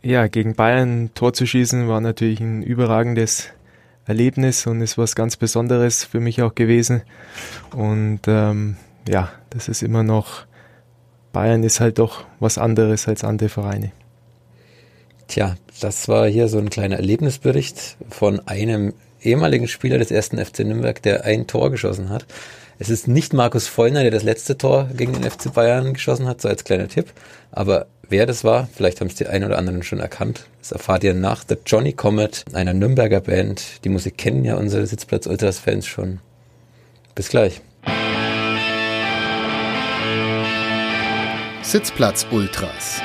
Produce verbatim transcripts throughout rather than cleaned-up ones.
Ja, gegen Bayern ein Tor zu schießen war natürlich ein überragendes Erlebnis und ist was ganz Besonderes für mich auch gewesen. Und ähm, ja, das ist immer noch, Bayern ist halt doch was anderes als andere Vereine. Tja, das war hier so ein kleiner Erlebnisbericht von einem ehemaligen Spieler des ersten F C Nürnberg, der ein Tor geschossen hat. Es ist nicht Markus Vollner, der das letzte Tor gegen den F C Bayern geschossen hat, so als kleiner Tipp. Aber wer das war, vielleicht haben es die einen oder anderen schon erkannt. Das erfahrt ihr nach The Johnny Comet, einer Nürnberger Band. Die Musik kennen ja unsere Sitzplatz-Ultras-Fans schon. Bis gleich. Sitzplatz-Ultras.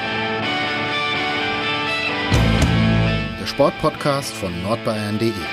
Der Sportpodcast von nordbayern punkt de.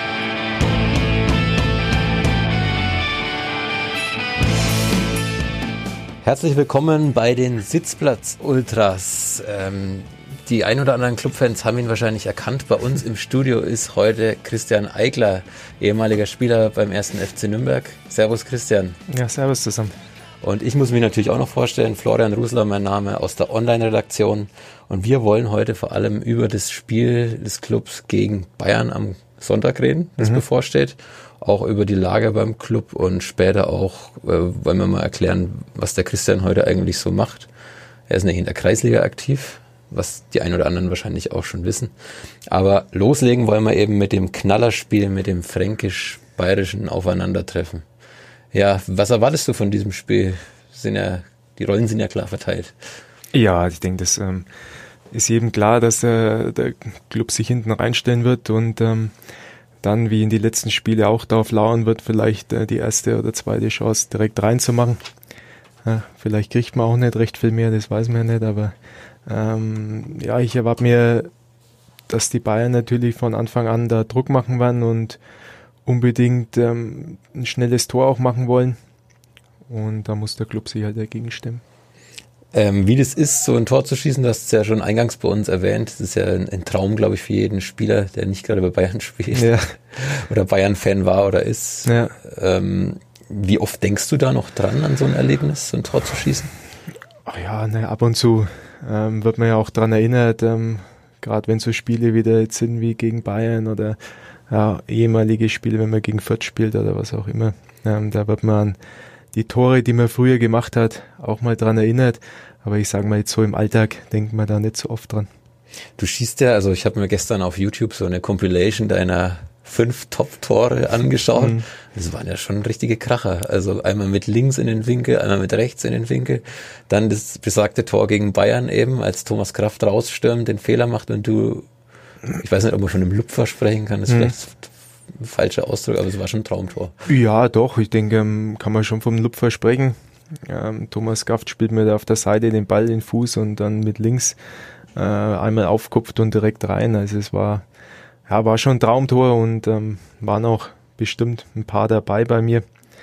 Herzlich willkommen bei den Sitzplatz-Ultras. Ähm, die ein oder anderen Clubfans haben ihn wahrscheinlich erkannt. Bei uns im Studio ist heute Christian Eigler, ehemaliger Spieler beim ersten F C Nürnberg. Servus Christian. Ja, servus zusammen. Und ich muss mich natürlich auch noch vorstellen, Florian Rusler, mein Name, aus der Online-Redaktion. Und wir wollen heute vor allem über das Spiel des Clubs gegen Bayern am Sonntag reden, das mhm. bevorsteht. Auch über die Lage beim Club und später auch äh, wollen wir mal erklären, was der Christian heute eigentlich so macht. Er ist nämlich in der Kreisliga aktiv, was die einen oder anderen wahrscheinlich auch schon wissen. Aber loslegen wollen wir eben mit dem Knallerspiel, mit dem fränkisch-bayerischen Aufeinandertreffen. Ja, was erwartest du von diesem Spiel? Sind ja, die Rollen sind ja klar verteilt. Ja, ich denke, das ähm, ist jedem klar, dass äh, der Club sich hinten reinstellen wird und ähm, dann, wie in die letzten Spiele auch darauf lauern wird, vielleicht äh, die erste oder zweite Chance direkt reinzumachen. Ja, vielleicht kriegt man auch nicht recht viel mehr, das weiß man ja nicht, aber ähm, ja, ich erwarte mir, dass die Bayern natürlich von Anfang an da Druck machen werden und unbedingt ähm, ein schnelles Tor auch machen wollen. Und da muss der Club sich halt dagegen stemmen. Ähm, wie das ist, so ein Tor zu schießen, du hast es ja schon eingangs bei uns erwähnt. Das ist ja ein, ein Traum, glaube ich, für jeden Spieler, der nicht gerade bei Bayern spielt ja. oder Bayern-Fan war oder ist. Ja. Ähm, wie oft denkst du da noch dran, an so ein Erlebnis, so ein Tor zu schießen? Ach ja, ne, ab und zu ähm, wird man ja auch dran erinnert, ähm, gerade wenn so Spiele wieder jetzt sind wie gegen Bayern oder ja, ehemalige Spiele, wenn man gegen Fürth spielt oder was auch immer. Ähm, da wird man an die Tore, die man früher gemacht hat, auch mal dran erinnert. Aber ich sage mal, jetzt so im Alltag denkt man da nicht so oft dran. Du schießt ja, also ich habe mir gestern auf YouTube so eine Compilation deiner fünf Top-Tore angeschaut. Mhm. Das waren ja schon richtige Kracher. Also einmal mit links in den Winkel, einmal mit rechts in den Winkel. Dann das besagte Tor gegen Bayern eben, als Thomas Kraft rausstürmt, den Fehler macht und du, ich weiß nicht, ob man von einem Lupfer sprechen kann, das ist mhm. vielleicht ein falscher Ausdruck, aber es war schon ein Traumtor. Ja, doch, ich denke, kann man schon vom Lupfer sprechen. Ähm, Thomas Kraft spielt mir da auf der Seite den Ball in den Fuß und dann mit links äh, einmal aufkupft und direkt rein. Also es war, ja, war schon ein Traumtor und ähm, waren auch bestimmt ein paar dabei bei mir.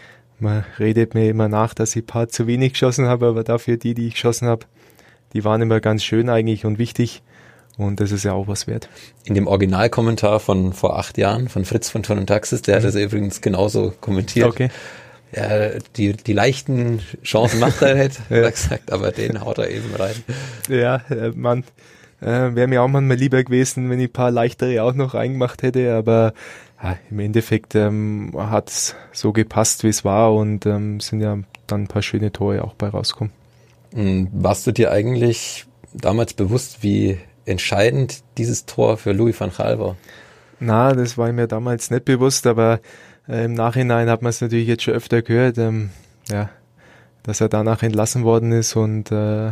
Man redet mir immer nach, dass ich ein paar zu wenig geschossen habe, aber dafür die, die ich geschossen habe, die waren immer ganz schön eigentlich und wichtig. Und das ist ja auch was wert. In dem Originalkommentar von vor acht Jahren von Fritz von Ton und Taxis, der mhm. hat das übrigens genauso kommentiert. Okay. Ja, die, die leichten Chancen macht er nicht, hat er gesagt, aber den haut er eben rein. Ja, äh, Mann, äh, wäre mir auch manchmal lieber gewesen, wenn ich ein paar leichtere auch noch reingemacht hätte, aber ja, im Endeffekt ähm, hat es so gepasst, wie es war und ähm, sind ja dann ein paar schöne Tore auch bei rausgekommen. Warst du dir eigentlich damals bewusst, wie entscheidend dieses Tor für Louis van Gaal war? Na, das war mir damals nicht bewusst, aber äh, im Nachhinein hat man es natürlich jetzt schon öfter gehört, ähm, ja, dass er danach entlassen worden ist und äh,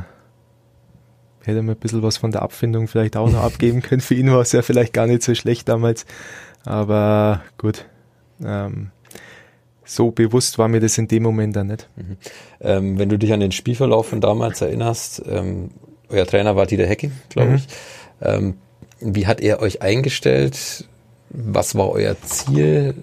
hätte man ein bisschen was von der Abfindung vielleicht auch noch abgeben können. Für ihn war es ja vielleicht gar nicht so schlecht damals, aber gut, ähm, so bewusst war mir das in dem Moment dann nicht. Mhm. Ähm, wenn du dich an den Spielverlauf von damals erinnerst, ähm, euer Trainer war Dieter Hecking, glaube ich. Mhm. Ähm, wie hat er euch eingestellt? Was war euer Ziel?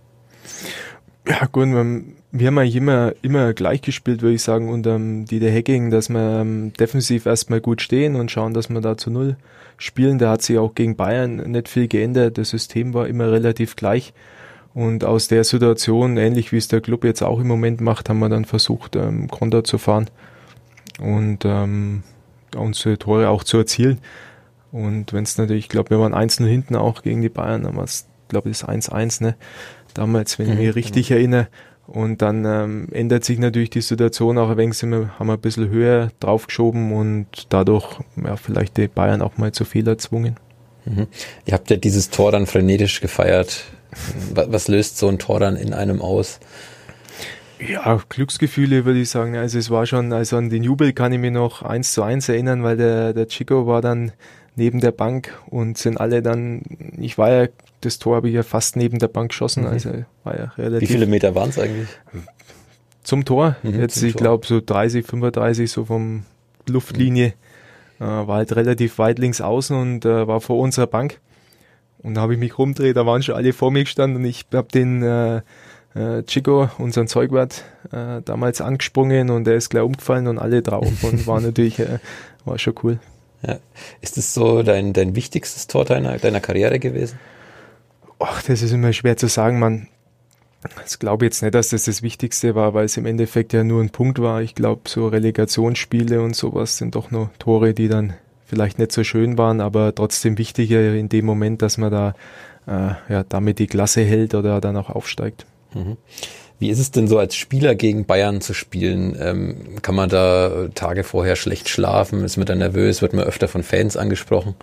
Ja gut, wir haben eigentlich immer, immer gleich gespielt, würde ich sagen, unter Dieter Hecking, dass wir ähm, defensiv erstmal gut stehen und schauen, dass wir da zu Null spielen. Da hat sich auch gegen Bayern nicht viel geändert. Das System war immer relativ gleich. Und aus der Situation, ähnlich wie es der Club jetzt auch im Moment macht, haben wir dann versucht, ähm, Konter zu fahren und ähm, unsere Tore auch zu erzielen. Und wenn es natürlich, ich glaube, wir waren eins null hinten auch gegen die Bayern, dann war es, glaube ich, das eins eins, ne? Damals, wenn ich mich richtig genau. erinnere. Und dann ähm, ändert sich natürlich die Situation auch ein wenig, sind wir, haben wir ein bisschen höher draufgeschoben und dadurch ja, vielleicht die Bayern auch mal zu Fehler erzwungen. Mhm. Ihr habt ja dieses Tor dann frenetisch gefeiert. Was, was löst so ein Tor dann in einem aus? Ja, Glücksgefühle würde ich sagen. Also es war schon, also an den Jubel kann ich mich noch eins zu eins erinnern, weil der, der Chico war dann neben der Bank und sind alle dann, ich war ja, das Tor habe ich ja fast neben der Bank geschossen, mhm. also war ja relativ. Wie viele Meter waren es eigentlich? Zum Tor, mhm, jetzt zum ich glaube so dreißig, fünfunddreißig so vom Luftlinie, mhm. äh, war halt relativ weit links außen und äh, war vor unserer Bank und da habe ich mich rumgedreht, da waren schon alle vor mir gestanden und ich habe den äh, äh, Chico, unseren Zeugwart, äh, damals angesprungen und der ist gleich umgefallen und alle drauf und war natürlich, äh, war schon cool. Ja. Ist das so dein, dein wichtigstes Tor deiner, deiner Karriere gewesen? Ach, das ist immer schwer zu sagen, man. Ich glaube jetzt nicht, dass das das Wichtigste war, weil es im Endeffekt ja nur ein Punkt war. Ich glaube, so Relegationsspiele und sowas sind doch nur Tore, die dann vielleicht nicht so schön waren, aber trotzdem wichtiger in dem Moment, dass man da äh, ja damit die Klasse hält oder dann auch aufsteigt. Mhm. Wie ist es denn so, als Spieler gegen Bayern zu spielen? Ähm, kann man da Tage vorher schlecht schlafen? Ist man da nervös? Wird man öfter von Fans angesprochen?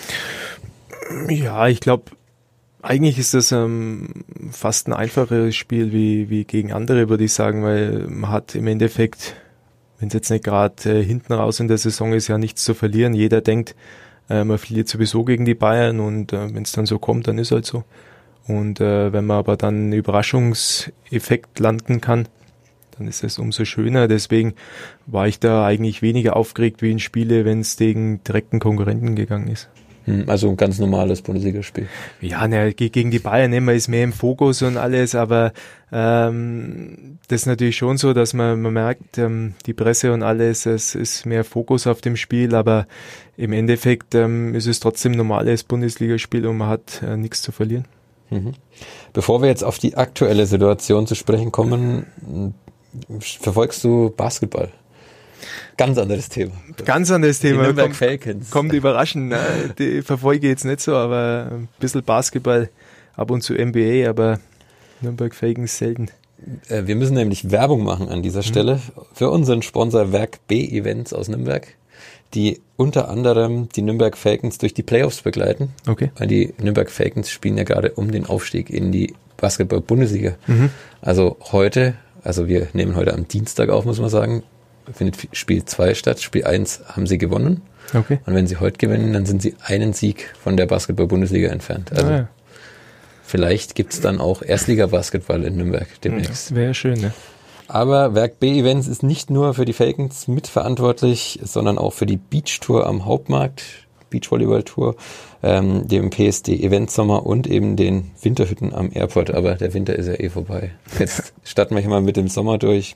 Ja, ich glaube, eigentlich ist das ähm, fast ein einfacheres Spiel wie, wie gegen andere, würde ich sagen, weil man hat im Endeffekt, wenn es jetzt nicht gerade äh, hinten raus in der Saison ist, ja nichts zu verlieren. Jeder denkt, äh, man verliert sowieso gegen die Bayern und äh, wenn es dann so kommt, dann ist halt so. Und äh, wenn man aber dann einen Überraschungseffekt landen kann, dann ist es umso schöner. Deswegen war ich da eigentlich weniger aufgeregt wie in Spiele, wenn es gegen direkten Konkurrenten gegangen ist. Also ein ganz normales Bundesligaspiel. Ja, ne, gegen die Bayern immer ist mehr im Fokus und alles, aber ähm, das ist natürlich schon so, dass man, man merkt, ähm, die Presse und alles, es ist mehr Fokus auf dem Spiel, aber im Endeffekt ähm, ist es trotzdem ein normales Bundesligaspiel und man hat äh, nichts zu verlieren. Mhm. Bevor wir jetzt auf die aktuelle Situation zu sprechen kommen, verfolgst du Basketball? Ganz anderes Thema. Ganz anderes Thema. Die Nürnberg kommt, Falcons. Kommt überraschend. Die verfolge ich jetzt nicht so, aber ein bisschen Basketball, ab und zu N B A, aber Nürnberg Falcons selten. Wir müssen nämlich Werbung machen an dieser Stelle mhm. für unseren Sponsor Werk B Events aus Nürnberg, die unter anderem die Nürnberg Falcons durch die Playoffs begleiten. Okay. Weil die Nürnberg Falcons spielen ja gerade um den Aufstieg in die Basketball-Bundesliga. Mhm. Also heute, also wir nehmen heute am Dienstag auf, muss man sagen, findet Spiel zwei statt. Spiel eins haben sie gewonnen. Okay. Und wenn sie heute gewinnen, dann sind sie einen Sieg von der Basketball-Bundesliga entfernt. Also ah, ja. Vielleicht gibt es dann auch Erstliga-Basketball in Nürnberg demnächst. Das wäre schön, ne? Aber Werk B Events ist nicht nur für die Falcons mitverantwortlich, sondern auch für die Beach Tour am Hauptmarkt, Beachvolleyball Tour, ähm, dem P S D Event Sommer und eben den Winterhütten am Airport. Aber der Winter ist ja eh vorbei. Jetzt starten wir hier mal mit dem Sommer durch.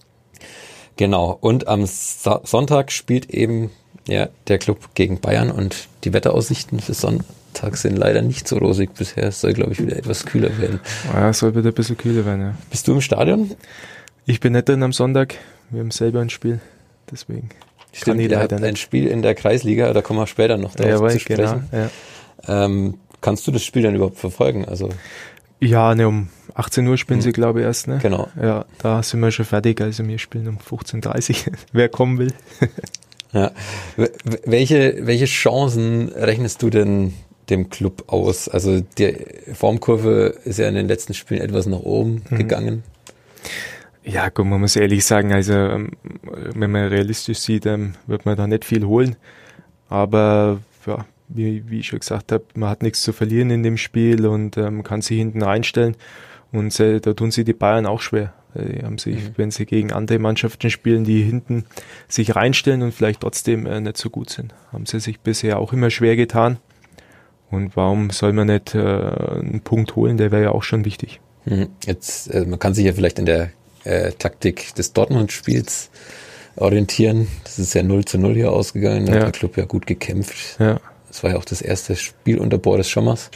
Genau. Und am Sa- Sonntag spielt eben ja der Club gegen Bayern und die Wetteraussichten für Sonntag sind leider nicht so rosig bisher. Es soll, glaube ich, wieder etwas kühler werden. Ja, es soll wieder ein bisschen kühler werden, ja. Bist du im Stadion? Ich bin nicht drin am Sonntag. Wir haben selber ein Spiel. Deswegen Stimmt, kann ich leider ein nicht. Spiel in der Kreisliga, da kommen wir später noch drauf ja, zu sprechen. Genau, ja. Ähm, kannst du das Spiel dann überhaupt verfolgen? Also Ja, ne, um achtzehn Uhr spielen hm. sie, glaube ich, erst, ne? Genau. Ja, da sind wir schon fertig, also wir spielen um fünfzehn Uhr dreißig, wer kommen will. Ja. W- welche, welche Chancen rechnest du denn dem Club aus? Also die Formkurve ist ja in den letzten Spielen etwas nach oben mhm. gegangen. Ja, gut, man muss ehrlich sagen, also wenn man realistisch sieht, wird man da nicht viel holen. Aber ja, wie, wie ich schon gesagt habe, man hat nichts zu verlieren in dem Spiel und ähm, kann sich hinten reinstellen. Und äh, da tun sie die Bayern auch schwer. Die haben sich, mhm. wenn sie gegen andere Mannschaften spielen, die hinten sich reinstellen und vielleicht trotzdem äh, nicht so gut sind, haben sie sich bisher auch immer schwer getan. Und warum soll man nicht äh, einen Punkt holen? Der wäre ja auch schon wichtig. Mhm. Jetzt, äh, man kann sich ja vielleicht in der äh, Taktik des Dortmund-Spiels orientieren. Das ist ja null zu null hier ausgegangen. Da ja. hat der Club ja gut gekämpft. Ja. Das war ja auch das erste Spiel unter Boris Schommers.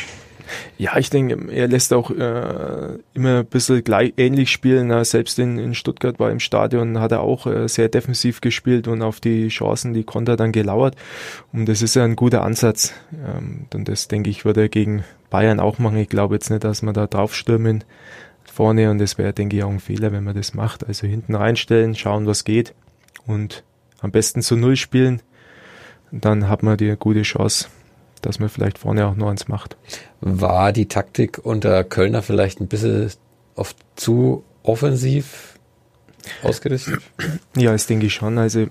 Ja, ich denke, er lässt auch äh, immer ein bisschen gleich, ähnlich spielen. Na, selbst in, in Stuttgart war im Stadion, hat er auch äh, sehr defensiv gespielt und auf die Chancen, die Konter dann gelauert. Und das ist ja ein guter Ansatz. Ähm, und das, denke ich, würde er gegen Bayern auch machen. Ich glaube jetzt nicht, dass man da draufstürmen vorne, und das wäre, denke ich, auch ein Fehler, wenn man das macht. Also hinten reinstellen, schauen, was geht und am besten zu Null spielen. Dann hat man die gute Chance, dass man vielleicht vorne auch noch eins macht. War die Taktik unter Kölner vielleicht ein bisschen oft zu offensiv ausgerichtet? Ja, das denke ich schon. Also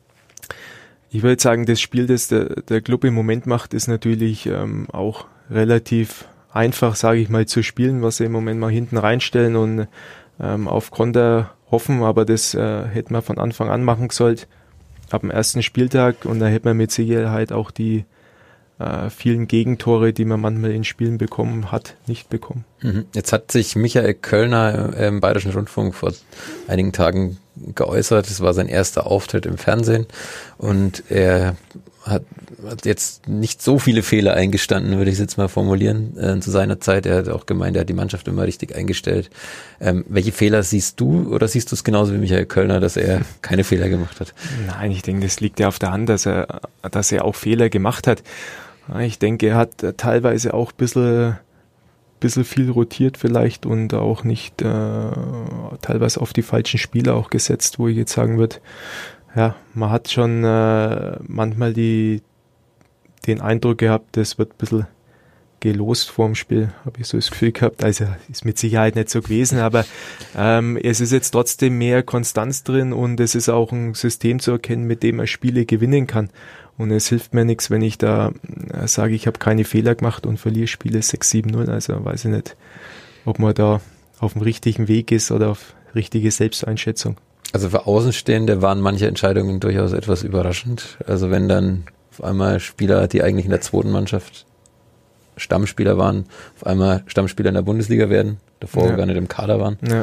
ich würde sagen, das Spiel, das der, der Club im Moment macht, ist natürlich ähm, auch relativ einfach, sage ich mal, zu spielen, was sie im Moment mal hinten reinstellen und ähm, auf Konter hoffen, aber das äh, hätte man von Anfang an machen sollen, ab dem ersten Spieltag, und da hätte man mit Sicherheit auch die äh, vielen Gegentore, die man manchmal in Spielen bekommen hat, nicht bekommen. Jetzt hat sich Michael Kölner im Bayerischen Rundfunk vor einigen Tagen geäußert. Das war sein erster Auftritt im Fernsehen und er hat, hat jetzt nicht so viele Fehler eingestanden, würde ich es jetzt mal formulieren, äh, zu seiner Zeit. Er hat auch gemeint, er hat die Mannschaft immer richtig eingestellt. Ähm, welche Fehler siehst du, oder siehst du es genauso wie Michael Kölner, dass er keine Fehler gemacht hat? Nein, ich denke, das liegt ja auf der Hand, dass er, dass er auch Fehler gemacht hat. Ich denke, er hat teilweise auch ein bisschen, bisschen viel rotiert vielleicht und auch nicht äh, teilweise auf die falschen Spieler auch gesetzt, wo ich jetzt sagen würde, ja, man hat schon äh, manchmal die, den Eindruck gehabt, das wird ein bisschen gelost vor dem Spiel, habe ich so das Gefühl gehabt. Also ist mit Sicherheit nicht so gewesen, aber ähm, es ist jetzt trotzdem mehr Konstanz drin und es ist auch ein System zu erkennen, mit dem man Spiele gewinnen kann. Und es hilft mir nichts, wenn ich da äh, sage, ich habe keine Fehler gemacht und verliere Spiele sechs sieben null. Also weiß ich nicht, ob man da auf dem richtigen Weg ist oder auf richtige Selbsteinschätzung. Also für Außenstehende waren manche Entscheidungen durchaus etwas überraschend. Also wenn dann auf einmal Spieler, die eigentlich in der zweiten Mannschaft Stammspieler waren, auf einmal Stammspieler in der Bundesliga werden, davor ja. gar nicht im Kader waren. Ja,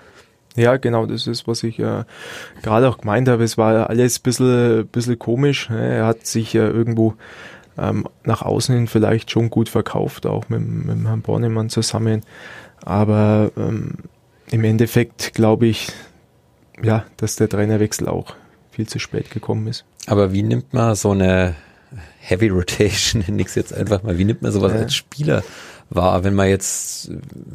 ja, genau, das ist, was ich äh, gerade auch gemeint habe. Es war alles ein bisschen, bisschen komisch. Er hat sich äh, irgendwo ähm, nach außen hin vielleicht schon gut verkauft, auch mit, mit Herrn Bornemann zusammen. Aber ähm, im Endeffekt glaube ich, ja, dass der Trainerwechsel auch viel zu spät gekommen ist. Aber wie nimmt man so eine Heavy Rotation, nix jetzt einfach mal, wie nimmt man sowas ja. als Spieler wahr, wenn man jetzt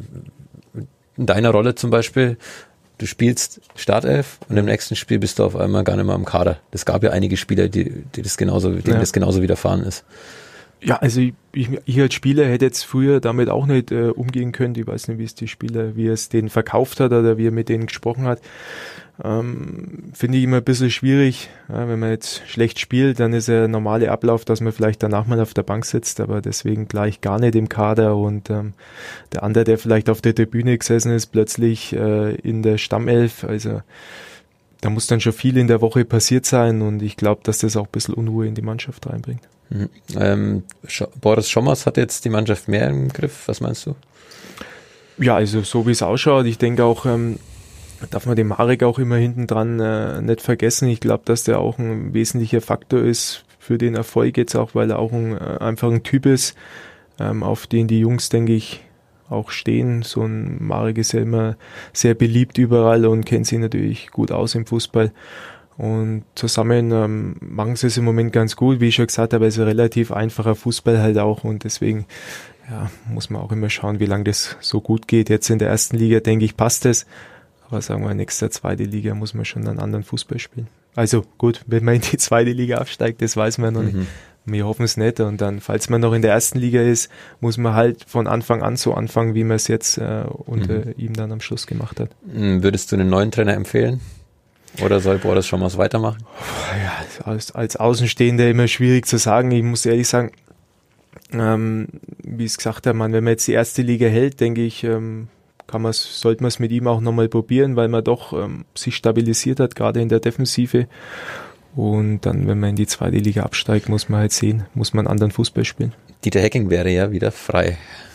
in deiner Rolle zum Beispiel, du spielst Startelf und im nächsten Spiel bist du auf einmal gar nicht mehr im Kader. Das gab ja einige Spieler, die, die das genauso, denen ja. das genauso widerfahren ist. Ja, also ich, ich, ich als Spieler hätte jetzt früher damit auch nicht äh, umgehen können. Ich weiß nicht, wie es die Spieler, wie er es denen verkauft hat oder wie er mit denen gesprochen hat. Ähm, finde ich immer ein bisschen schwierig. Ja, wenn man jetzt schlecht spielt, dann ist der normale Ablauf, dass man vielleicht danach mal auf der Bank sitzt, aber deswegen gleich gar nicht im Kader. Und ähm, der andere, der vielleicht auf der Tribüne gesessen ist, plötzlich äh, in der Stammelf. Also da muss dann schon viel in der Woche passiert sein und ich glaube, dass das auch ein bisschen Unruhe in die Mannschaft reinbringt. Mhm. Ähm, Sch- Boris Schommers hat jetzt die Mannschaft mehr im Griff. Was meinst du? Ja, also so wie es ausschaut, ich denke auch, ähm, darf man den Marek auch immer hinten dran äh, nicht vergessen. Ich glaube, dass der auch ein wesentlicher Faktor ist für den Erfolg jetzt auch, weil er auch ein, äh, einfach ein Typ ist, ähm, auf den die Jungs, denke ich, auch stehen. So ein Marek ist ja immer sehr beliebt überall und kennt sich natürlich gut aus im Fußball. Und zusammen ähm, machen sie es im Moment ganz gut, wie ich schon gesagt habe, es ist ein relativ einfacher Fußball halt auch und deswegen ja, muss man auch immer schauen, wie lange das so gut geht. Jetzt in der ersten Liga, denke ich, passt es. Aber sagen wir, nächste zweite Liga muss man schon einen anderen Fußball spielen. Also gut, wenn man in die zweite Liga aufsteigt, das weiß man noch mhm. nicht. Wir hoffen es nicht. Und dann, falls man noch in der ersten Liga ist, muss man halt von Anfang an so anfangen, wie man es jetzt äh, unter mhm. ihm dann am Schluss gemacht hat. Würdest du einen neuen Trainer empfehlen? Oder soll Boris schon mal weitermachen? Ja, als, als Außenstehender immer schwierig zu sagen. Ich muss ehrlich sagen, ähm, wie ich es gesagt habe, man, wenn man jetzt die erste Liga hält, denke ich, ähm, kann man sollte man es mit ihm auch nochmal probieren, weil man doch ähm, sich stabilisiert hat, gerade in der Defensive. Und dann, wenn man in die zweite Liga absteigt, muss man halt sehen, muss man einen anderen Fußball spielen. Dieter Hecking wäre ja wieder frei.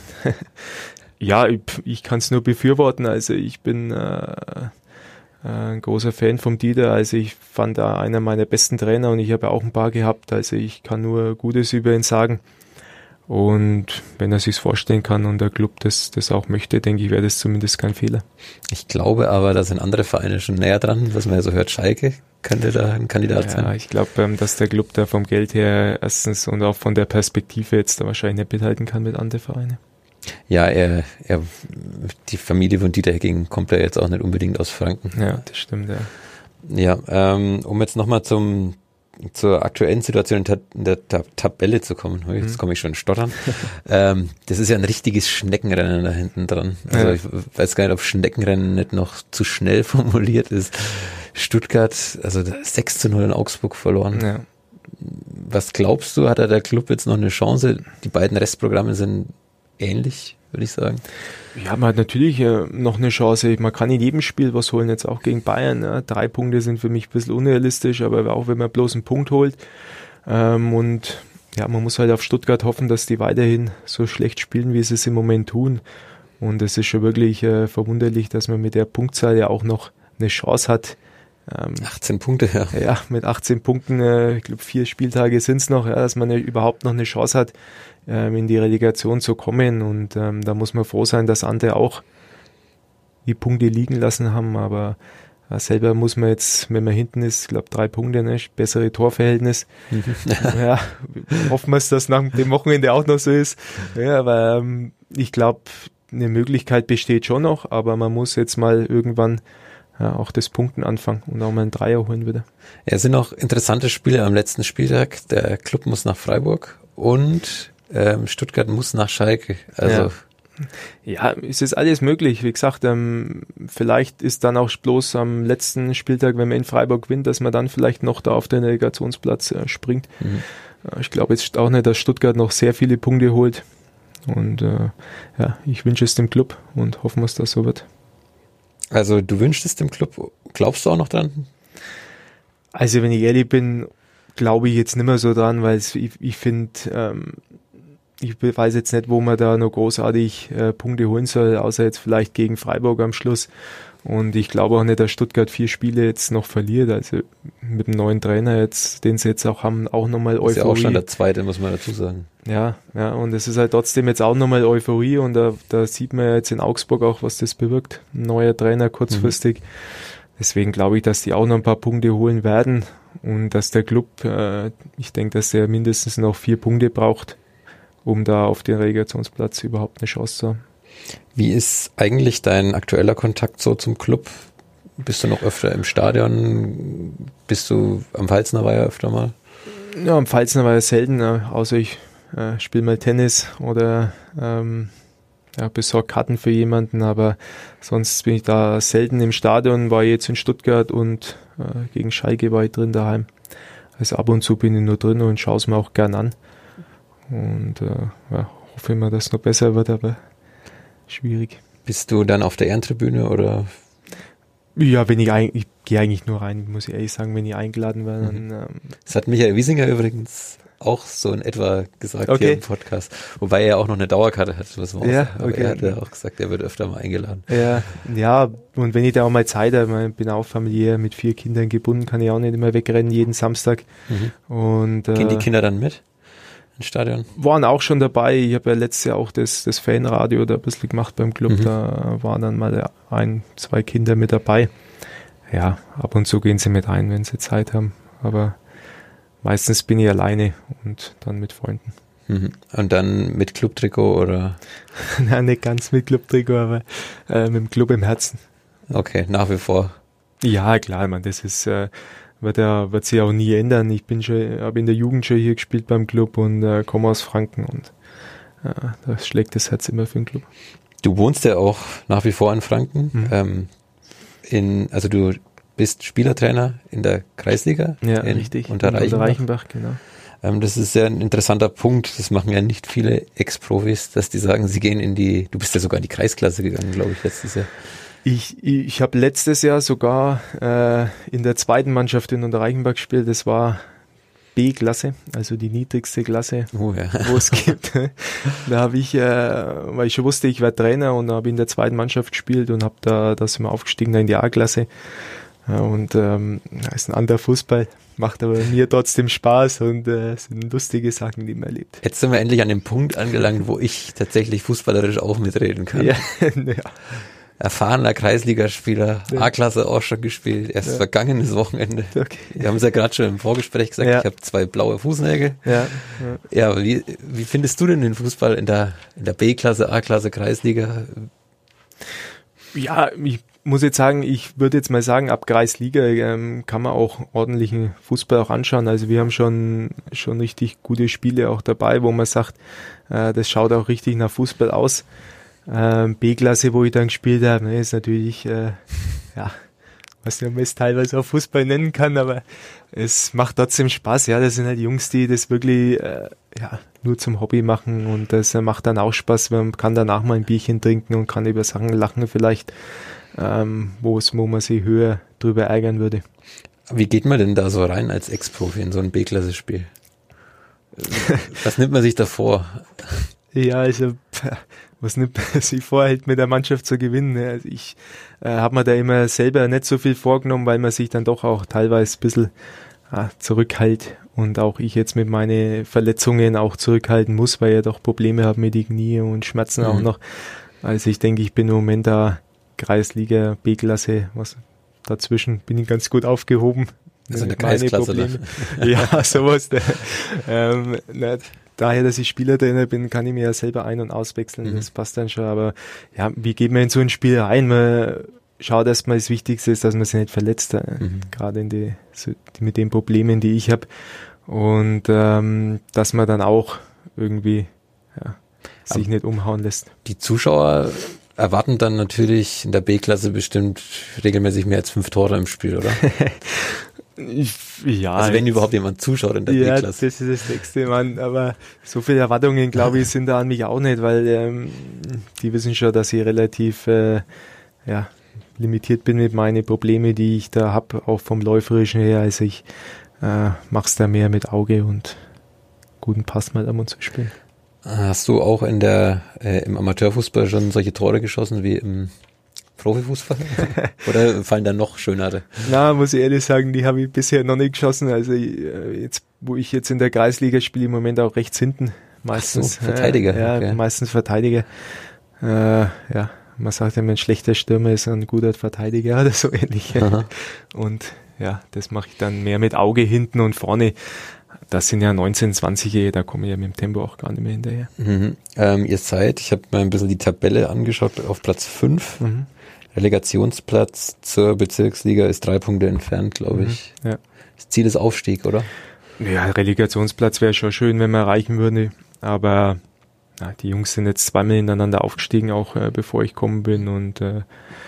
Ja, ich, ich kann es nur befürworten. Also ich bin äh, ein großer Fan vom Dieter. Also ich fand da einer meiner besten Trainer und ich habe auch ein paar gehabt. Also ich kann nur Gutes über ihn sagen. Und wenn er sich's vorstellen kann und der Club das, das auch möchte, denke ich, wäre das zumindest kein Fehler. Ich glaube aber, da sind andere Vereine schon näher dran, was man ja so hört. Schalke könnte da ein Kandidat ja, sein. Ja, ich glaube, dass der Club da vom Geld her erstens und auch von der Perspektive jetzt da wahrscheinlich nicht mithalten kann mit anderen Vereinen. Ja, er, er, die Familie von Dieter Hecking kommt ja jetzt auch nicht unbedingt aus Franken. Ja, das stimmt, ja. Ja, ähm, um jetzt nochmal zum zur aktuellen Situation in, ta- in der ta- Tabelle zu kommen. Jetzt mhm. komme ich schon in Stottern. ähm, das ist ja ein richtiges Schneckenrennen da hinten dran. Also ja. Ich weiß gar nicht, ob Schneckenrennen nicht noch zu schnell formuliert ist. Stuttgart, also sechs zu null in Augsburg verloren. Ja. Was glaubst du, hat da der Club jetzt noch eine Chance? Die beiden Restprogramme sind ähnlich, würde ich sagen. Ja, man hat natürlich äh, noch eine Chance. Man kann in jedem Spiel was holen, jetzt auch gegen Bayern. Ja. Drei Punkte sind für mich ein bisschen unrealistisch, aber auch wenn man bloß einen Punkt holt. Ähm, und ja, man muss halt auf Stuttgart hoffen, dass die weiterhin so schlecht spielen, wie sie es im Moment tun. Und es ist schon wirklich äh, verwunderlich, dass man mit der Punktzahl ja auch noch eine Chance hat. Ähm, achtzehn Punkte, ja. Ja, mit achtzehn Punkten, äh, ich glaube vier Spieltage sind es noch, ja, dass man ja überhaupt noch eine Chance hat, ähm, in die Relegation zu kommen. Und ähm, da muss man froh sein, dass andere auch die Punkte liegen lassen haben. Aber äh, selber muss man jetzt, wenn man hinten ist, ich glaube drei Punkte, ne, bessere Torverhältnis. Ja, hoffen wir es, dass nach dem Wochenende auch noch so ist. Ja, aber ähm, ich glaube, eine Möglichkeit besteht schon noch, aber man muss jetzt mal irgendwann ja, auch das Punkten anfangen und auch mal einen Dreier holen wieder. Ja, es sind noch interessante Spiele am letzten Spieltag. Der Club muss nach Freiburg und ähm, Stuttgart muss nach Schalke. Also ja. ja, es ist alles möglich. Wie gesagt, ähm, vielleicht ist dann auch bloß am letzten Spieltag, wenn man in Freiburg gewinnt, dass man dann vielleicht noch da auf den Relegationsplatz äh, springt. Mhm. Äh, ich glaube jetzt auch nicht, dass Stuttgart noch sehr viele Punkte holt. Und äh, ja, ich wünsche es dem Club und hoffen, dass das so wird. Also du wünschst es dem Club, glaubst du auch noch dran? Also wenn ich ehrlich bin, glaube ich jetzt nicht mehr so dran, weil ich, ich finde, ähm, ich weiß jetzt nicht, wo man da noch großartig äh, Punkte holen soll, außer jetzt vielleicht gegen Freiburg am Schluss. Und ich glaube auch nicht, dass Stuttgart vier Spiele jetzt noch verliert. Also mit dem neuen Trainer jetzt, den sie jetzt auch haben, auch nochmal Euphorie. Ist ja auch schon der zweite, muss man dazu sagen. Ja, ja, und es ist halt trotzdem jetzt auch nochmal Euphorie und da, da sieht man ja jetzt in Augsburg auch, was das bewirkt. Ein neuer Trainer kurzfristig. Mhm. Deswegen glaube ich, dass die auch noch ein paar Punkte holen werden und dass der Club, äh, ich denke, dass der mindestens noch vier Punkte braucht, um da auf den Relegationsplatz überhaupt eine Chance zu haben. Wie ist eigentlich dein aktueller Kontakt so zum Club? Bist du noch öfter im Stadion? Bist du am Pfalzner Weiher öfter mal? Ja, am Pfalzner Weiher selten, außer ich äh, spiele mal Tennis oder ähm, ja, besorge Karten für jemanden, aber sonst bin ich da selten im Stadion, war ich jetzt in Stuttgart und äh, gegen Schalke war ich drin daheim. Also ab und zu bin ich nur drin und schaue es mir auch gern an. Und äh, ja, hoffe immer, dass es noch besser wird, aber schwierig. Bist du dann auf der Ehrentribüne oder? Ja, wenn ich eigentlich, ich gehe eigentlich nur rein, muss ich ehrlich sagen, wenn ich eingeladen werde. Mhm. Dann, ähm, das hat Michael Wiesinger übrigens auch so in etwa gesagt okay. hier im Podcast, wobei er auch noch eine Dauerkarte hat. Was man ja, auch, aber okay. Er hat ja auch gesagt, er wird öfter mal eingeladen. Ja, ja, und wenn ich da auch mal Zeit habe, ich bin auch familiär mit vier Kindern gebunden, kann ich auch nicht immer wegrennen jeden Samstag. Mhm. Und, äh, gehen die Kinder dann mit? Ins Stadion? Waren auch schon dabei. Ich habe ja letztes Jahr auch das, das Fanradio da ein bisschen gemacht beim Club. Mhm. Da waren dann mal ein, zwei Kinder mit dabei. Ja, ab und zu gehen sie mit rein, wenn sie Zeit haben. Aber meistens bin ich alleine und dann mit Freunden. Mhm. Und dann mit Clubtrikot oder? Nein, nicht ganz mit Clubtrikot, aber äh, mit dem Club im Herzen. Okay, nach wie vor. Ja, klar, man, das ist... Äh, Wird, ja, wird sich auch nie ändern. Ich bin schon, habe in der Jugend schon hier gespielt beim Club und äh, komme aus Franken und äh, da schlägt das Herz immer für den Club. Du wohnst ja auch nach wie vor in Franken. Mhm. Ähm, in, also du bist Spielertrainer in der Kreisliga. Ja, in, richtig. Unter Reichenbach. Unter Reichenbach, genau. Ähm, das ist ja ein interessanter Punkt. Das machen ja nicht viele Ex-Profis, dass die sagen, sie gehen in die, du bist ja sogar in die Kreisklasse gegangen, glaube ich, letztes Jahr. Ich, ich, ich habe letztes Jahr sogar äh, in der zweiten Mannschaft in Unterreichenbach gespielt. Das war B-Klasse, also die niedrigste Klasse, oh, ja. wo es gibt. Da habe ich, äh, weil ich schon wusste, ich werde Trainer und habe in der zweiten Mannschaft gespielt und habe da, da sind wir aufgestiegen in die A-Klasse. Ja, und ähm, das ist ein anderer Fußball. macht aber mir trotzdem Spaß und äh, sind lustige Sachen, die man erlebt. Jetzt sind wir endlich an dem Punkt angelangt, wo ich tatsächlich fußballerisch auch mitreden kann. Ja, ja. Erfahrener Kreisligaspieler, Ja. A-Klasse auch schon gespielt, erst Ja. vergangenes Wochenende. Okay. Wir haben es ja gerade schon im Vorgespräch gesagt, Ja. ich habe zwei blaue Fußnägel. Ja, Ja, aber wie, wie findest du denn den Fußball in der, in der B-Klasse, A-Klasse, Kreisliga? ja, ich muss jetzt sagen, ich würde jetzt mal sagen, ab Kreisliga ähm, kann man auch ordentlichen Fußball auch anschauen. Also wir haben schon schon richtig gute Spiele auch dabei, wo man sagt, äh, das schaut auch richtig nach Fußball aus. Ähm, B-Klasse, wo ich dann gespielt habe, ne, ist natürlich, äh, ja, was man es teilweise auch Fußball nennen kann, aber es macht trotzdem Spaß. Ja, das sind halt Jungs, die das wirklich äh, ja, nur zum Hobby machen und das äh, macht dann auch Spaß, weil man kann danach mal ein Bierchen trinken und kann über Sachen lachen vielleicht, ähm, wo es, wo man sich höher drüber ärgern würde. Wie geht man denn da so rein als Ex-Profi in so ein B-Klasse-Spiel? Was nimmt man sich da vor? Ja, also was nimmt man sich vor, halt mit der Mannschaft zu gewinnen. Also ich äh, habe mir da immer selber nicht so viel vorgenommen, weil man sich dann doch auch teilweise ein bisschen ja, zurückhält und auch ich jetzt mit meinen Verletzungen auch zurückhalten muss, weil ich ja doch Probleme habe mit den Knie und Schmerzen Mhm. auch noch. Also ich denke, ich bin im Moment da Kreisliga, B-Klasse, was dazwischen bin ich ganz gut aufgehoben. Also in der Meine Kreisklasse Probleme. Ja, sowas. Da, ähm, nicht. Daher, dass ich Spielertrainer bin, kann ich mir ja selber ein- und auswechseln. Mhm. Das passt dann schon. Aber ja, wie geht man in so ein Spiel rein? Man schaut erstmal, das Wichtigste ist, dass man sich nicht verletzt. äh, Mhm. Gerade in die, so, die, mit den Problemen, die ich habe. Und ähm, dass man dann auch irgendwie ja, sich Aber nicht umhauen lässt. Die Zuschauer erwarten dann natürlich in der B-Klasse bestimmt regelmäßig mehr als fünf Tore im Spiel, oder? Ja, Also wenn überhaupt jemand zuschaut in der ja, das B-Klasse. ist das nächste, Mann. Aber so viele Erwartungen, glaube ich, sind da an mich auch nicht, weil ähm, die wissen schon, dass ich relativ äh, ja, limitiert bin mit meinen Problemen, die ich da habe, auch vom Läuferischen her. Also ich äh, mache es da mehr mit Auge und guten Pass mal ab und zu spielen. Hast du auch in der äh, im Amateurfußball schon solche Tore geschossen wie im Profifußball? Oder fallen da noch schönere? Na, muss ich ehrlich sagen, die habe ich bisher noch nicht geschossen. Also äh, jetzt, wo ich jetzt in der Kreisliga spiele, im Moment auch rechts hinten. Meistens Ach so, Verteidiger, Äh, ja, okay. meistens Verteidiger. Äh, ja, man sagt ja, ein schlechter Stürmer ist ein guter Verteidiger oder so ähnlich. Aha. Und ja, das mache ich dann mehr mit Auge hinten und vorne. Das sind ja neunzehn, zwanziger, da komme ich ja mit dem Tempo auch gar nicht mehr hinterher. Mhm. Ähm, ihr seid, ich habe mir ein bisschen die Tabelle angeschaut, auf Platz fünf. Mhm. Relegationsplatz zur Bezirksliga ist drei Punkte entfernt, glaube ich. Ja. Das Ziel ist Aufstieg, oder? Ja, Relegationsplatz wäre schon schön, wenn wir erreichen würde, aber ja, die Jungs sind jetzt zweimal hintereinander aufgestiegen, auch äh, bevor ich gekommen bin und äh,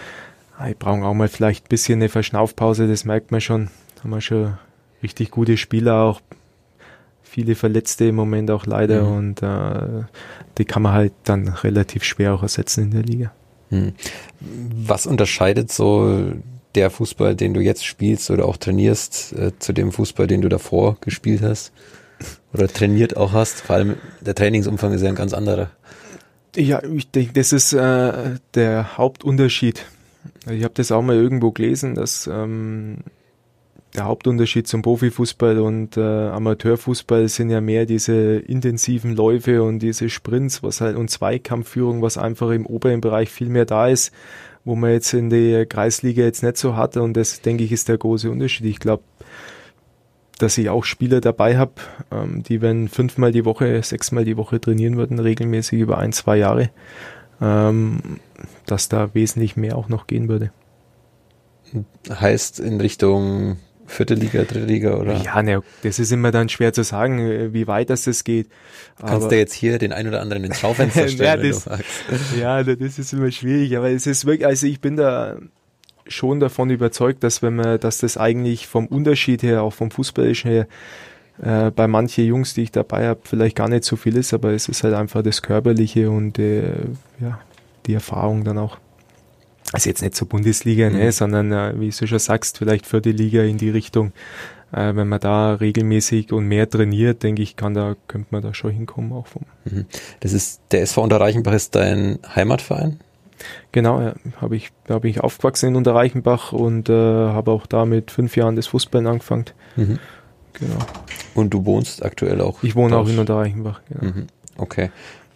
ich brauche auch mal vielleicht ein bisschen eine Verschnaufpause, das merkt man schon. Da haben wir schon richtig gute Spieler, auch viele Verletzte im Moment auch leider Mhm. und äh, die kann man halt dann relativ schwer auch ersetzen in der Liga. Hm. Was unterscheidet so der Fußball, den du jetzt spielst oder auch trainierst, äh, zu dem Fußball, den du davor gespielt hast oder trainiert auch hast? Vor allem der Trainingsumfang ist ja ein ganz anderer. Ja, ich denke, das ist äh, der Hauptunterschied. Ich habe das auch mal irgendwo gelesen, dass ähm, der Hauptunterschied zum Profifußball und äh, Amateurfußball sind ja mehr diese intensiven Läufe und diese Sprints, was halt und Zweikampfführung, was einfach im oberen Bereich viel mehr da ist, wo man jetzt in der Kreisliga jetzt nicht so hatte und das, denke ich, ist der große Unterschied. Ich glaube, dass ich auch Spieler dabei habe, ähm, die wenn fünfmal die Woche, sechsmal die Woche trainieren würden, regelmäßig über ein, zwei Jahre, ähm, dass da wesentlich mehr auch noch gehen würde. Heißt in Richtung vierte Liga, dritte Liga oder? Ja, ne, das ist immer dann schwer zu sagen, äh, wie weit das, das geht. Kannst Aber, du jetzt hier den ein oder anderen ins Schaufenster stellen, Ja, wenn das- du magst? ja, das ist immer schwierig, aber es ist wirklich, also ich bin da schon davon überzeugt, dass wenn man, dass das eigentlich vom Unterschied her, auch vom Fußballischen her, äh, bei manchen Jungs, die ich dabei habe, vielleicht gar nicht so viel ist, aber es ist halt einfach das Körperliche und äh, ja, die Erfahrung dann auch. Also jetzt nicht zur Bundesliga, Mhm. ne, sondern äh, wie du schon sagst, vielleicht vierte Liga in die Richtung. Äh, wenn man da regelmäßig und mehr trainiert, denke ich, kann da könnte man da schon hinkommen auch vom. Mhm. Das ist, der S V Unterreichenbach ist dein Heimatverein? Genau, ja, habe ich, da bin ich aufgewachsen in Unterreichenbach und äh, habe auch da mit fünf Jahren das Fußballen angefangen. Mhm. Genau. Und du wohnst aktuell auch? Ich wohne auch in Unterreichenbach, genau. Mhm. Okay.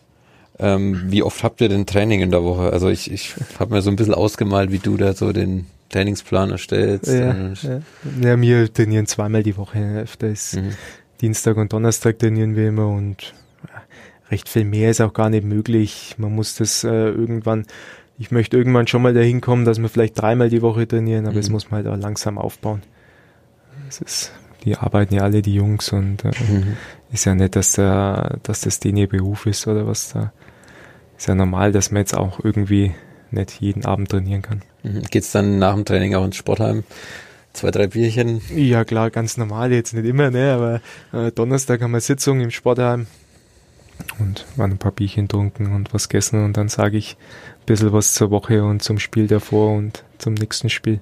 Ähm, wie oft habt ihr denn Training in der Woche? Also ich, ich habe mir so ein bisschen ausgemalt, wie du da so den Trainingsplan erstellst. Ja, ja. ja wir trainieren zweimal die Woche. Öfter ist mhm. Dienstag und Donnerstag trainieren wir immer und ja, recht viel mehr ist auch gar nicht möglich. Man muss das äh, irgendwann, ich möchte irgendwann schon mal dahin kommen, dass wir vielleicht dreimal die Woche trainieren, aber mhm. das muss man halt auch langsam aufbauen. Das ist, die arbeiten ja alle, die Jungs, und äh, mhm. ist ja nicht, dass, der, dass das denen ihr Beruf ist oder was da. Ist ja normal, dass man jetzt auch irgendwie nicht jeden Abend trainieren kann. Mhm. Geht's dann nach dem Training auch ins Sportheim? Zwei, drei Bierchen? Ja klar, ganz normal, jetzt nicht immer, ne, aber äh, Donnerstag haben wir Sitzung im Sportheim und waren ein paar Bierchen getrunken und was gegessen, und dann sage ich ein bisschen was zur Woche und zum Spiel davor und zum nächsten Spiel.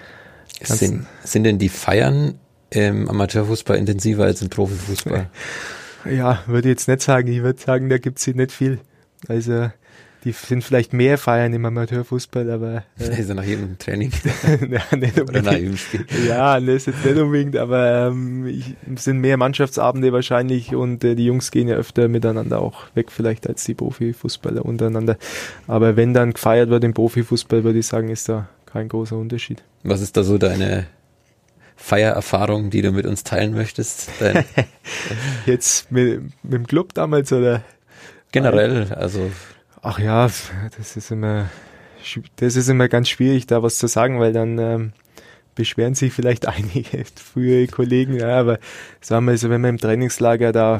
Sind, sind denn die Feiern im Amateurfußball intensiver als im Profifußball? Ja, würde ich jetzt nicht sagen. Ich würde sagen, da gibt es nicht viel. Also die sind vielleicht mehr Feiern im Amateurfußball, aber... Äh, also nach jedem Training? ja, nicht unbedingt. Oder nach jedem Spiel? Ja, das ist jetzt nicht unbedingt, aber ähm, ich, es sind mehr Mannschaftsabende wahrscheinlich, und äh, die Jungs gehen ja öfter miteinander auch weg vielleicht als die Profifußballer untereinander. Aber wenn dann gefeiert wird im Profifußball, würde ich sagen, ist da kein großer Unterschied. Was ist da so deine Feiererfahrung, die du mit uns teilen möchtest? Dein Jetzt mit, mit dem Club damals oder... Generell, also... Ach ja, das ist immer, das ist immer ganz schwierig, da was zu sagen, weil dann ähm, beschweren sich vielleicht einige frühere Kollegen, ja, aber sagen wir so, wenn man im Trainingslager da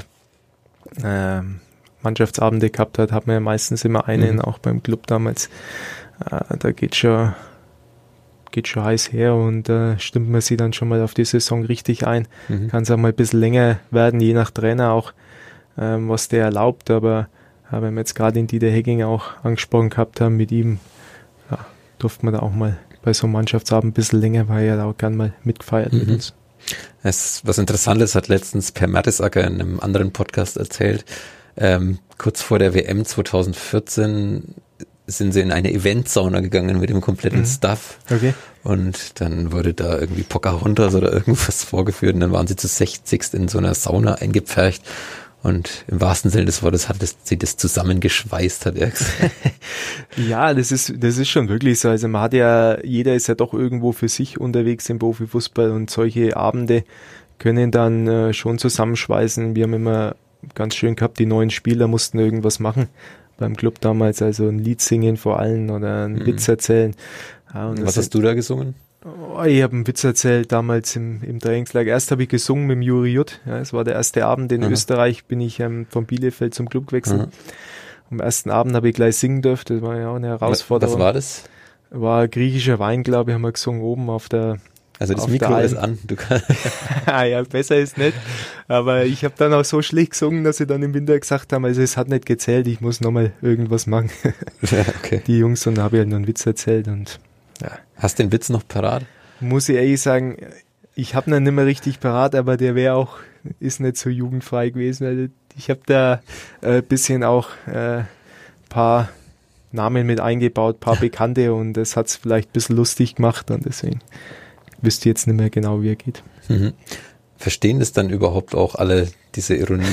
ähm, Mannschaftsabende gehabt hat, hat man ja meistens immer einen, mhm. auch beim Club damals. Äh, da geht schon, geht schon heiß her, und da äh, stimmt man sich dann schon mal auf die Saison richtig ein. Mhm. Kann es auch mal ein bisschen länger werden, je nach Trainer auch, ähm, was der erlaubt, aber ja, wenn wir jetzt gerade den Dieter Hecking auch angesprochen gehabt haben, mit ihm, ja, durfte man da auch mal bei so einem Mannschaftsabend ein bisschen länger, weil er da auch gern mal mitgefeiert mhm. mit uns. Es, was Interessantes hat letztens Per Mertesacker in einem anderen Podcast erzählt. Ähm, kurz vor der W M zwanzig vierzehn sind sie in eine Eventsauna gegangen mit dem kompletten mhm. Staff. Okay. Und dann wurde da irgendwie Pocahontas oder irgendwas vorgeführt, und dann waren sie zu sechzigst in so einer Sauna eingepfercht. Und im wahrsten Sinne des Wortes hat das, sie das zusammengeschweißt, hat er gesagt. Ja, das ist, das ist schon wirklich so. Also man hat ja, jeder ist ja doch irgendwo für sich unterwegs im Profifußball, und solche Abende können dann äh, schon zusammenschweißen. Wir haben immer ganz schön gehabt, die neuen Spieler mussten irgendwas machen beim Club damals, also ein Lied singen vor allem oder einen mhm. Witz erzählen. Ja, und was hast du da gesungen? Oh, ich habe einen Witz erzählt damals im, im Trainingslager. Erst habe ich gesungen mit dem Juri Jutt. Ja, es war der erste Abend in mhm. Österreich, bin ich ähm, von Bielefeld zum Club gewechselt. Mhm. Am ersten Abend habe ich gleich singen dürfen. Das war ja auch eine Herausforderung. Was war das? War griechischer Wein, glaube ich, haben wir gesungen oben auf der... Also das Mikro ist an. Du kannst ja, besser ist nicht. Aber ich habe dann auch so schlecht gesungen, dass sie dann im Winter gesagt haben, also es hat nicht gezählt, ich muss nochmal irgendwas machen. Ja, okay. Die Jungs, und da habe ich halt nur einen Witz erzählt, und ja. Hast du den Witz noch parat? Muss ich ehrlich sagen, ich habe ihn nicht mehr richtig parat, aber der wäre auch, ist nicht so jugendfrei gewesen. Also ich habe da ein äh, bisschen auch ein äh, paar Namen mit eingebaut, paar Bekannte, und das hat es vielleicht ein bisschen lustig gemacht, und deswegen wüsste ich jetzt nicht mehr genau, wie er geht. Mhm. Verstehen das dann überhaupt auch alle, diese Ironie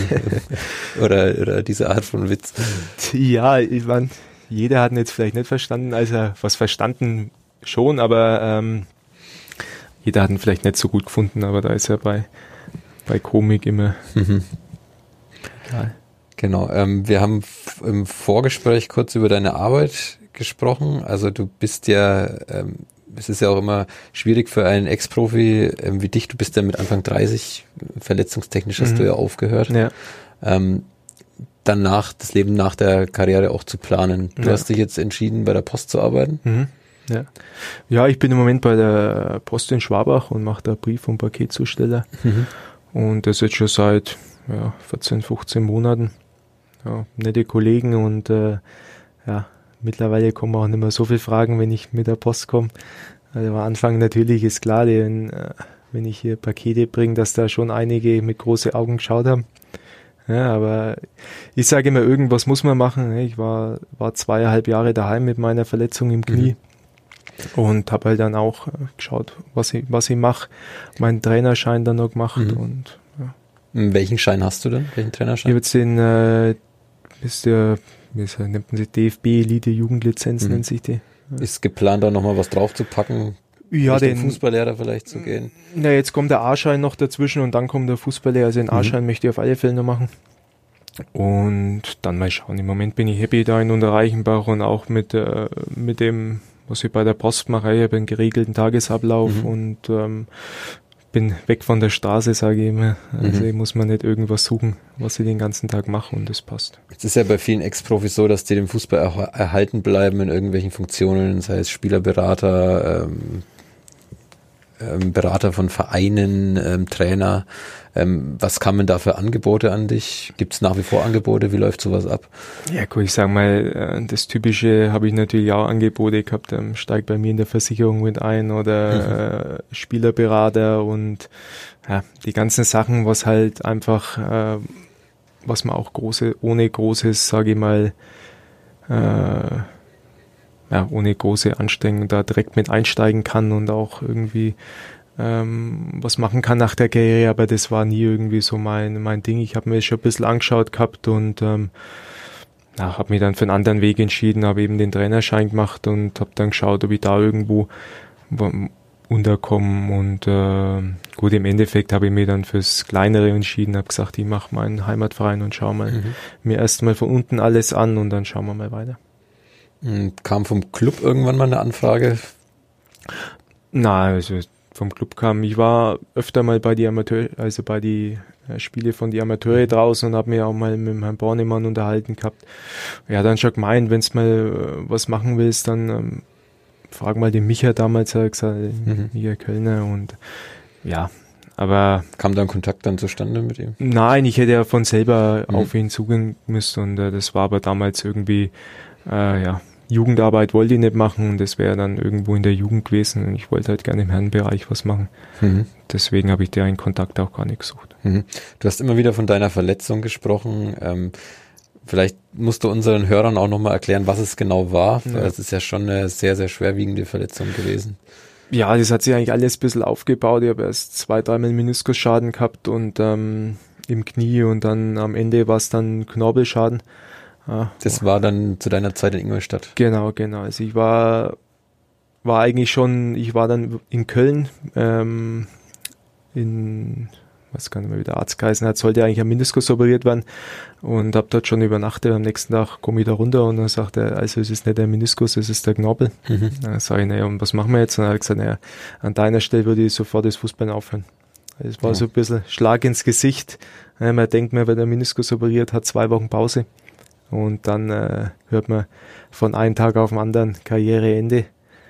oder, oder diese Art von Witz? Ja, ich meine, jeder hat ihn jetzt vielleicht nicht verstanden, also was verstanden schon, aber ähm, jeder hat ihn vielleicht nicht so gut gefunden, aber da ist ja bei, bei Komik immer mhm. egal. Genau, ähm, wir haben f- im Vorgespräch kurz über deine Arbeit gesprochen, also du bist ja, ähm, es ist ja auch immer schwierig für einen Ex-Profi ähm, wie dich, du bist ja mit Anfang dreißig, verletzungstechnisch hast mhm. du ja aufgehört. Ja. Ähm, danach, das Leben nach der Karriere auch zu planen. Du ja. hast dich jetzt entschieden, bei der Post zu arbeiten? Mhm. Ja. ja, ich bin im Moment bei der Post in Schwabach und mache da Brief- und Paketzusteller. Mhm. Und das jetzt schon seit ja, vierzehn, fünfzehn Monaten. Ja, nette Kollegen, und äh, ja, mittlerweile kommen auch nicht mehr so viele Fragen, wenn ich mit der Post komme. Also am Anfang natürlich ist klar, wenn, äh, wenn ich hier Pakete bringe, dass da schon einige mit großen Augen geschaut haben. Ja, aber ich sage immer, irgendwas muss man machen. Ich war, war zweieinhalb Jahre daheim mit meiner Verletzung im Knie. Mhm. Und habe halt dann auch äh, geschaut, was ich, was ich mache. Meinen Trainerschein dann noch gemacht. Mhm. Und ja. Welchen Schein hast du denn? Welchen Ich Trainerschein? habe jetzt den, äh, ist der, wie ist er, nennt man sie, D F B Elite Jugendlizenz Mhm. nennt sich die. Ist geplant, da nochmal was drauf zu packen? Ja, Richtung den Fußballlehrer vielleicht zu gehen? Na, jetzt kommt der A-Schein noch dazwischen und dann kommt der Fußballlehrer. Also den A-Schein möchte ich auf alle Fälle noch machen. Und dann mal schauen. Im Moment bin ich happy da in Unterreichenbach und auch mit, äh, mit dem, was ich bei der Post mache. Ich habe einen geregelten Tagesablauf Mhm. und ähm, bin weg von der Straße, sage ich immer. Also Mhm. ich muss mir nicht irgendwas suchen, was ich den ganzen Tag mache und das passt. Es ist ja bei vielen Ex-Profis so, dass die dem Fußball er- erhalten bleiben in irgendwelchen Funktionen, sei es Spielerberater, ähm, ähm, Berater von Vereinen, ähm, Trainer. Ähm, was kamen da für Angebote an dich? Gibt es nach wie vor Angebote? Wie läuft sowas ab? Ja gut, ich sag mal, äh, das Typische habe ich natürlich auch Angebote gehabt, ähm, steigt bei mir in der Versicherung mit ein oder äh, Spielerberater und ja, die ganzen Sachen, was halt einfach, äh, was man auch große, ohne großes, sage ich mal, äh, ja, ohne große Anstrengung da direkt mit einsteigen kann und auch irgendwie ähm, was machen kann nach der Karriere, aber das war nie irgendwie so mein mein Ding. Ich habe mir das schon ein bisschen angeschaut gehabt und ähm, ja, habe mich dann für einen anderen Weg entschieden, habe eben den Trainerschein gemacht und habe dann geschaut, ob ich da irgendwo wo- unterkomme und äh, gut, im Endeffekt habe ich mich dann fürs Kleinere entschieden, habe gesagt, ich mache meinen Heimatverein und schaue mal Mhm. mir erstmal von unten alles an und dann schauen wir mal weiter. Und kam vom Club irgendwann mal eine Anfrage? Na, also vom Club kam, ich war öfter mal bei die Amateur, also bei die äh, Spiele von die Amateure draußen und habe mich auch mal mit dem Herrn Bornemann unterhalten gehabt. Ja, dann schon gemeint, wenn du mal äh, was machen willst, dann ähm, frag mal den Micha damals, hat er gesagt, Mhm. Micha Kölner und ja, aber Kam da ein Kontakt dann zustande mit ihm? nein, ich hätte ja von selber Mhm. auf ihn zugehen müssen und äh, das war aber damals irgendwie, äh, ja, Jugendarbeit wollte ich nicht machen und das wäre dann irgendwo in der Jugend gewesen und ich wollte halt gerne im Herrenbereich was machen. Mhm. Deswegen habe ich da einen Kontakt auch gar nicht gesucht. Mhm. Du hast immer wieder von deiner Verletzung gesprochen. Ähm, vielleicht musst du unseren Hörern auch nochmal erklären, was es genau war. Ja. Es ist ja schon eine sehr, sehr schwerwiegende Verletzung gewesen. Ja, das hat sich eigentlich alles ein bisschen aufgebaut. Ich habe erst zwei, dreimal Meniskusschaden gehabt und ähm, im Knie und dann am Ende war es dann Knorpelschaden. Ja, Das war dann zu deiner Zeit in Ingolstadt. genau, genau. Also ich war, war eigentlich schon, ich war dann in Köln, ähm, in, was kann ich mal, wie der Arzt geheißen hat, sollte eigentlich am Meniskus operiert werden und habe dort schon übernachtet. Am nächsten Tag komme ich da runter und dann sagt er, also es ist nicht der Meniskus, es ist der Knorpel. Mhm. Dann sage ich, naja, und was machen wir jetzt? Und dann hat er gesagt, naja, an deiner Stelle würde ich sofort das Fußball aufhören. Es war Ja. so ein bisschen Schlag ins Gesicht. Ja, man denkt, man wird der Meniskus operiert, hat zwei Wochen Pause. Und dann äh, hört man von einem Tag auf den anderen Karriereende.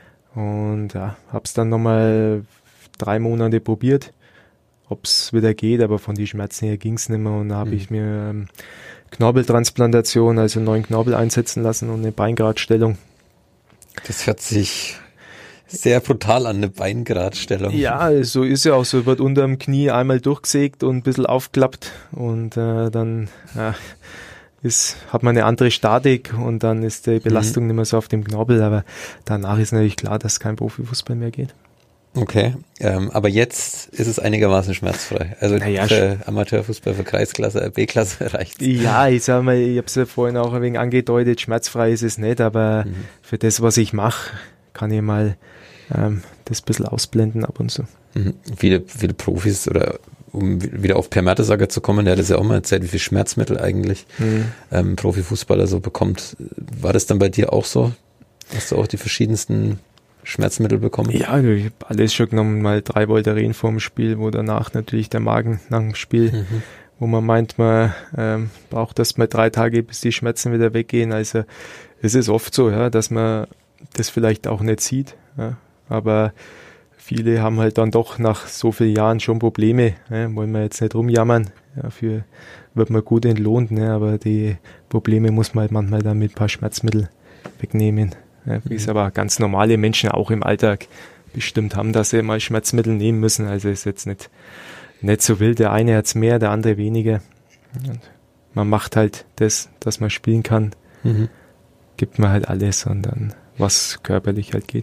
Und ja, hab's dann nochmal drei Monate probiert, ob's wieder geht, aber von den Schmerzen her ging's nicht mehr. Und da habe Mhm. ich mir ähm, Knorpeltransplantation, also einen neuen Knorpel einsetzen lassen und eine Beingradstellung. Das hört sich sehr brutal an, eine Beingradstellung. Ja, so ist ja auch so, wird unterm Knie einmal durchgesägt und ein bisschen aufklappt und äh, dann ja, ist, hat man eine andere Statik und dann ist die Belastung nicht mehr so auf dem Knorpel, aber danach ist natürlich klar, dass kein Profifußball mehr geht. Okay, ähm, aber jetzt ist es einigermaßen schmerzfrei. Also Naja, für Amateurfußball, für Kreisklasse, B-Klasse reicht. Ja, ich sag mal, ich habe es ja vorhin auch ein wenig angedeutet, schmerzfrei ist es nicht, aber Mhm. für das, was ich mache, kann ich mal ähm, das ein bisschen ausblenden ab und zu. Mhm. Viele, viele Profis oder um wieder auf Per Mertesacker zu kommen, der hat das ja auch mal erzählt, wie viel Schmerzmittel eigentlich Mhm. ähm, Profifußballer so bekommt. War das dann bei dir auch so? Hast du auch die verschiedensten Schmerzmittel bekommen? Ja, ich habe alles schon genommen, mal drei Voltaren vor dem Spiel, wo danach natürlich der Magen nach dem Spiel, Mhm. wo man meint, man ähm, braucht erst mal drei Tage, bis die Schmerzen wieder weggehen. Also es ist oft so, ja, dass man das vielleicht auch nicht sieht, ja, aber viele haben halt dann doch nach so vielen Jahren schon Probleme, ja, wollen wir jetzt nicht rumjammern, dafür wird man gut entlohnt, ne, aber die Probleme muss man halt manchmal dann mit ein paar Schmerzmittel wegnehmen. Ja, wie es aber ganz normale Menschen auch im Alltag bestimmt haben, dass sie mal Schmerzmittel nehmen müssen. Also ist jetzt nicht, nicht so wild. Der eine hat's mehr, der andere weniger. Und man macht halt das, dass man spielen kann, Mhm. gibt man halt alles und dann, was körperlich halt geht.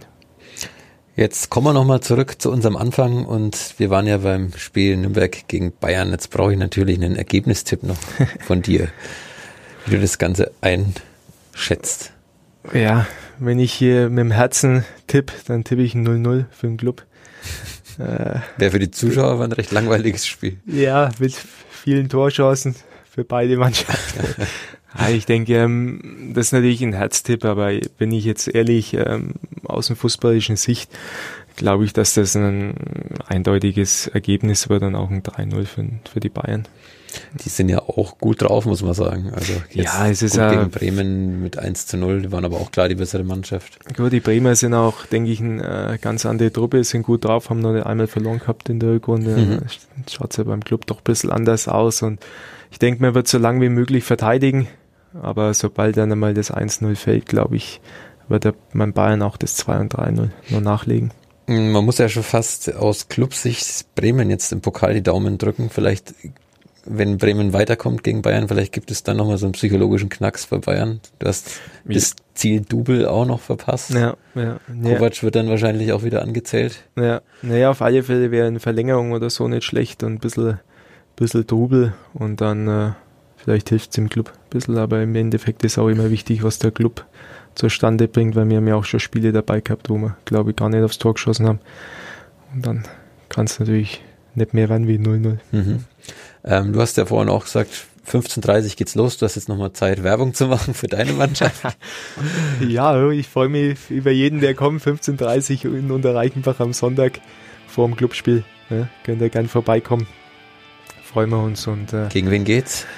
Jetzt kommen wir nochmal zurück zu unserem Anfang und wir waren ja beim Spiel Nürnberg gegen Bayern. Jetzt brauche ich natürlich einen Ergebnistipp noch von dir, wie du das Ganze einschätzt. Ja, wenn ich hier mit dem Herzen tippe, dann tippe ich ein null null für den Club. äh, Wäre für die Zuschauer ein recht langweiliges Spiel. Ja, mit vielen Torchancen für beide Mannschaften. Ja, ich denke, ähm, das ist natürlich ein Herztipp, aber wenn ich jetzt ehrlich ähm, aus dem fußballischen Sicht, glaube ich, dass das ein eindeutiges Ergebnis wird und auch ein drei null für, für die Bayern. Die sind ja auch gut drauf, muss man sagen. Also jetzt ja, es ist gut ja, gegen Bremen mit eins zu null, die waren aber auch klar die bessere Mannschaft. Gut, die Bremer sind auch, denke ich, eine äh, ganz andere Truppe, sind gut drauf, haben noch nicht einmal verloren gehabt in der Rückrunde. Mhm. Schaut es ja beim Club doch ein bisschen anders aus und ich denke, man wird so lange wie möglich verteidigen, aber sobald dann einmal das eins null fällt, glaube ich, wird der, mein Bayern auch das zwei und drei null nur nachlegen. Man muss ja schon fast aus Clubsicht Bremen jetzt im Pokal die Daumen drücken, vielleicht wenn Bremen weiterkommt gegen Bayern, vielleicht gibt es dann nochmal so einen psychologischen Knacks für Bayern. Du hast ja. das Ziel Double auch noch verpasst. Ja, ja. Kovac wird dann wahrscheinlich auch wieder angezählt. Ja, naja, auf alle Fälle wäre eine Verlängerung oder so nicht schlecht und ein bisschen, bisschen Double und dann äh, vielleicht hilft es dem Club ein bisschen, aber im Endeffekt ist auch immer wichtig, was der Club zustande bringt, weil wir haben ja auch schon Spiele dabei gehabt, wo wir, glaube ich, gar nicht aufs Tor geschossen haben. Und dann kann es natürlich nicht mehr werden wie null null. Mhm. Ähm, du hast ja vorhin auch gesagt, fünfzehn Uhr dreißig geht's los. Du hast jetzt nochmal Zeit, Werbung zu machen für deine Mannschaft. Ja, ich freue mich über jeden, der kommt. fünfzehn Uhr dreißig in Unterreichenbach am Sonntag vor dem Clubspiel. Ja, könnt ihr gerne vorbeikommen. Freuen wir uns. Und, äh, gegen wen geht's?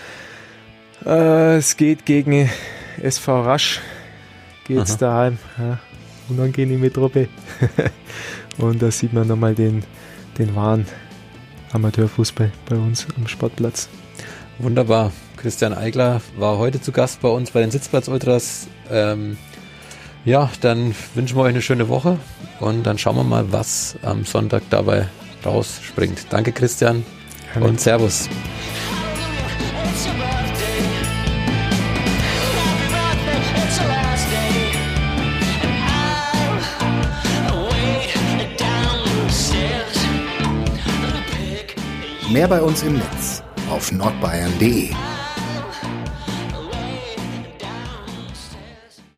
Äh, es geht gegen S V Rasch. Geht's Aha. daheim. Ja, unangenehme Truppe. Und da sieht man nochmal den, den wahren Amateurfußball bei uns am Sportplatz. Wunderbar. Christian Eigler war heute zu Gast bei uns bei den Sitzplatz-Ultras. Ähm, ja, dann wünschen wir euch eine schöne Woche und dann schauen wir mal, was am Sonntag dabei rausspringt. Danke Christian ja, und Servus. Mehr bei uns im Netz auf nordbayern punkt de.